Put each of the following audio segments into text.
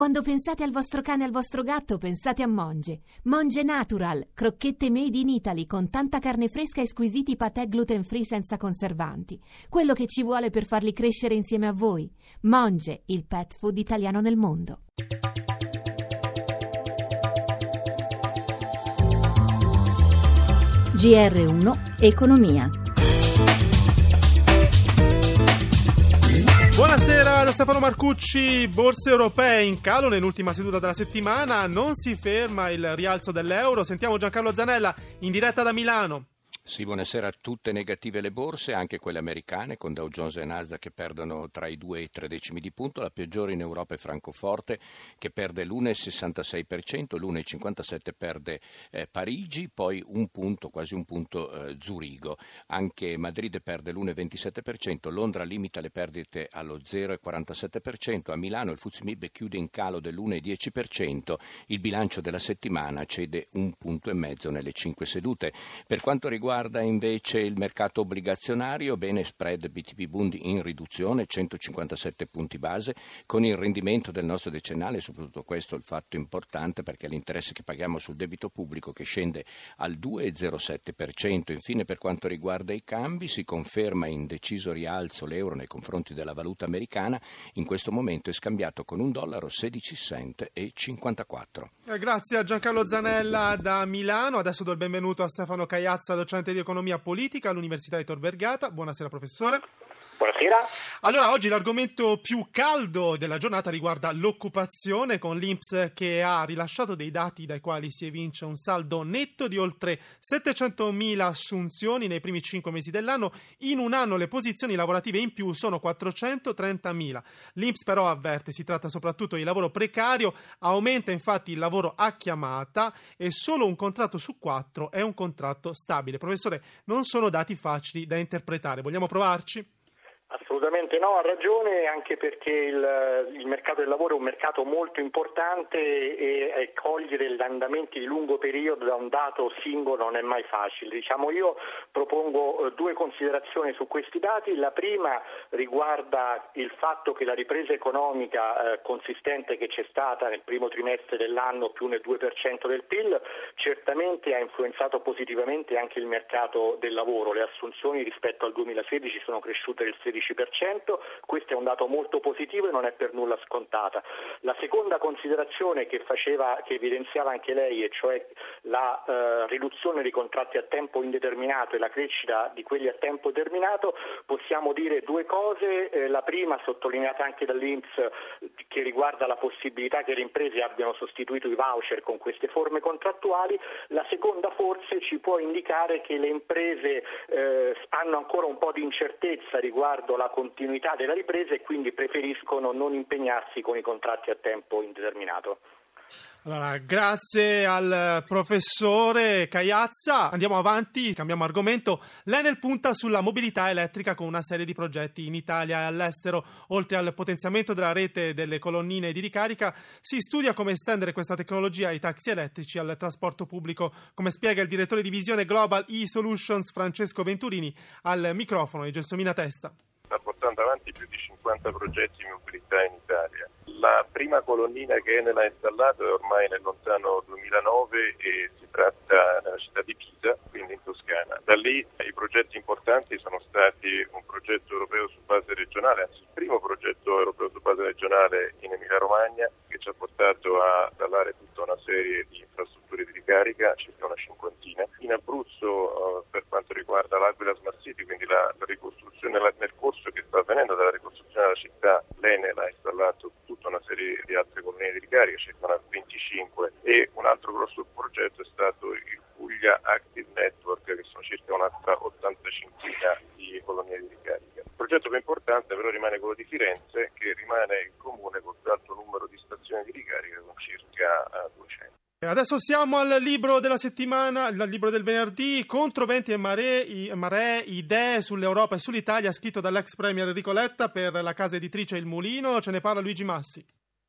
Quando pensate al vostro cane e al vostro gatto, pensate a Monge. Monge Natural, crocchette made in Italy con tanta carne fresca e squisiti patè gluten free senza conservanti. Quello che ci vuole per farli crescere insieme a voi. Monge, il pet food italiano nel mondo. GR1 Economia. Buonasera da Stefano Marcucci. Borse europee in calo nell'ultima seduta della settimana, non si ferma il rialzo dell'euro. Sentiamo Giancarlo Zanella in diretta da Milano. Sì, buonasera. Tutte negative le borse, anche quelle americane, con Dow Jones e Nasdaq che perdono tra i 2 e i 3 decimi di punto. La peggiore in Europa è Francoforte, che perde l'1,66%, l'1,57% perde Parigi, poi un punto, quasi un punto Zurigo. Anche Madrid perde l'1,27%, Londra limita le perdite allo 0,47%, a Milano il FTSE MIB chiude in calo dell'1,10%, il bilancio della settimana cede 1,5 punti nelle 5 sedute. Per quanto riguarda invece il mercato obbligazionario, bene, spread BTP Bund in riduzione, 157 punti base, con il rendimento del nostro decennale, soprattutto questo è il fatto importante perché l'interesse che paghiamo sul debito pubblico che scende al 2,07%. Infine, per quanto riguarda i cambi, si conferma in deciso rialzo l'euro nei confronti della valuta americana, in questo momento è scambiato con $1 16 cent e 54. Grazie a Giancarlo Zanella da Milano. Adesso do il benvenuto a Stefano Caiazza, docente di economia politica all'Università di Tor Vergata. Buonasera professore. Buonasera. Allora, oggi l'argomento più caldo della giornata riguarda l'occupazione, con l'INPS che ha rilasciato dei dati dai quali si evince un saldo netto di oltre 700.000 assunzioni nei primi 5 mesi dell'anno. In un anno le posizioni lavorative in più sono 430.000. L'INPS però avverte, si tratta soprattutto di lavoro precario, aumenta infatti il lavoro a chiamata e solo un contratto su 4 è un contratto stabile. Professore, non sono dati facili da interpretare, vogliamo provarci? Assolutamente no, ha ragione, anche perché il mercato del lavoro è un mercato molto importante e cogliere gli andamenti di lungo periodo da un dato singolo non è mai facile. Io propongo due considerazioni su questi dati. La prima riguarda il fatto che la ripresa economica consistente che c'è stata nel primo trimestre dell'anno, più nel 2% del PIL, certamente ha influenzato positivamente anche il mercato del lavoro. Le assunzioni rispetto al 2016 sono cresciute del 16%, questo è un dato molto positivo e non è per nulla scontata. La seconda considerazione che evidenziava anche lei, e cioè la riduzione dei contratti a tempo indeterminato e la crescita di quelli a tempo determinato, possiamo dire due cose. La prima, sottolineata anche dall'INPS, che riguarda la possibilità che le imprese abbiano sostituito i voucher con queste forme contrattuali. La seconda forse ci può indicare che le imprese hanno ancora un po' di incertezza riguardo la continuità della ripresa e quindi preferiscono non impegnarsi con i contratti a tempo indeterminato. Allora, grazie al professore Caiazza. Andiamo avanti, cambiamo argomento. L'Enel punta sulla mobilità elettrica con una serie di progetti in Italia e all'estero. Oltre al potenziamento della rete delle colonnine di ricarica, si studia come estendere questa tecnologia ai taxi elettrici e al trasporto pubblico, come spiega il direttore di visione Global E-Solutions Francesco Venturini al microfono di Gelsomina Testa. Sta portando avanti più di 50 progetti di mobilità in Italia. La prima colonnina che Enel ha installato è ormai nel lontano 2009 e si tratta nella città di Pisa, quindi in Toscana. Da lì i progetti importanti sono stati un progetto europeo su base regionale, anzi il primo progetto europeo su base regionale in Emilia-Romagna, che ci ha portato a installare tutta una serie di infrastrutture di ricarica, circa una cinquantina. In Abruzzo, per quanto riguarda l'Aquila Smart City, quindi la ricostruzione, nel corso che sta avvenendo della ricostruzione della città, l'Enel ha installato tutta una serie di altre colonnine di ricarica, circa una 25, e un altro grosso progetto è stato il Puglia Active Network, che sono circa un'altra 85 di colonnine di ricarica. Il progetto più importante però rimane quello di Firenze, che rimane il comune con più alto numero di stazioni di ricarica, con circa 200. Adesso siamo al libro della settimana, al libro del venerdì, Contro venti e maree, idee sull'Europa e sull'Italia, scritto dall'ex premier Enrico Letta per la casa editrice Il Mulino. Ce ne parla Luigi Massi.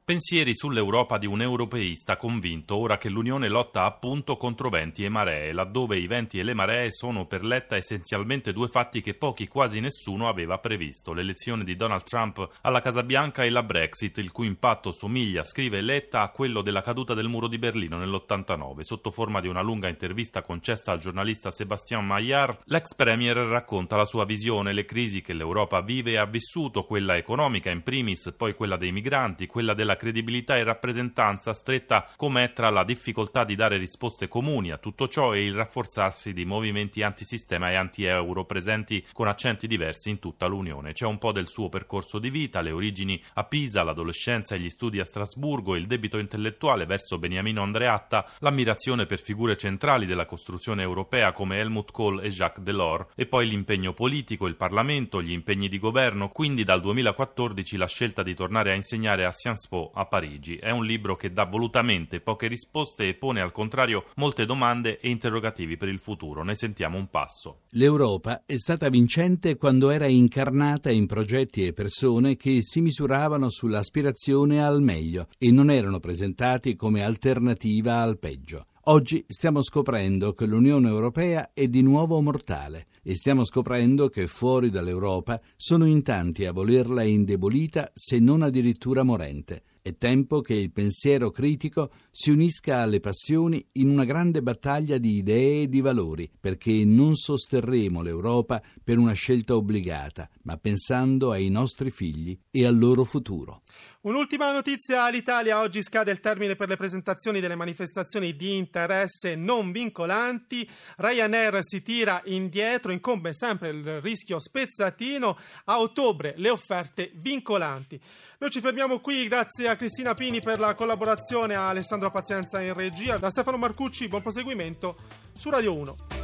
Pensieri sull'Europa di un europeista convinto ora che l'Unione lotta appunto contro venti e maree, laddove i venti e le maree sono per Letta essenzialmente due fatti che pochi, quasi nessuno aveva previsto: l'elezione di Donald Trump alla Casa Bianca e la Brexit, il cui impatto somiglia, scrive Letta, a quello della caduta del muro di Berlino nell'89. Sotto forma di una lunga intervista concessa al giornalista Sébastien Maillard, l'ex premier racconta la sua visione, le crisi che l'Europa vive e ha vissuto, quella economica in primis, poi quella dei migranti, quella della credibilità e rappresentanza, stretta com'è tra la difficoltà di dare risposte comuni a tutto ciò e il rafforzarsi di movimenti antisistema e anti-euro presenti con accenti diversi in tutta l'Unione. C'è un po' del suo percorso di vita, le origini a Pisa, l'adolescenza e gli studi a Strasburgo, il debito intellettuale verso Beniamino Andreatta, l'ammirazione per figure centrali della costruzione europea come Helmut Kohl e Jacques Delors, e poi l'impegno politico, il Parlamento, gli impegni di governo, quindi dal 2014 la scelta di tornare a insegnare a Sciences Po a Parigi. È un libro che dà volutamente poche risposte e pone al contrario molte domande e interrogativi per il futuro. Ne sentiamo un passo. L'Europa è stata vincente quando era incarnata in progetti e persone che si misuravano sull'aspirazione al meglio e non erano presentati come alternativa al peggio. Oggi stiamo scoprendo che l'Unione Europea è di nuovo mortale e stiamo scoprendo che fuori dall'Europa sono in tanti a volerla indebolita, se non addirittura morente. È tempo che il pensiero critico si unisca alle passioni in una grande battaglia di idee e di valori, perché non sosterremo l'Europa per una scelta obbligata, ma pensando ai nostri figli e al loro futuro. Un'ultima notizia all'Italia: oggi scade il termine per le presentazioni delle manifestazioni di interesse non vincolanti. Ryanair si tira indietro, incombe sempre il rischio spezzatino. A ottobre le offerte vincolanti. Noi ci fermiamo qui, grazie a Cristina Pini per la collaborazione, a Alessandro Pazienza in regia, da Stefano Marcucci, buon proseguimento su Radio 1.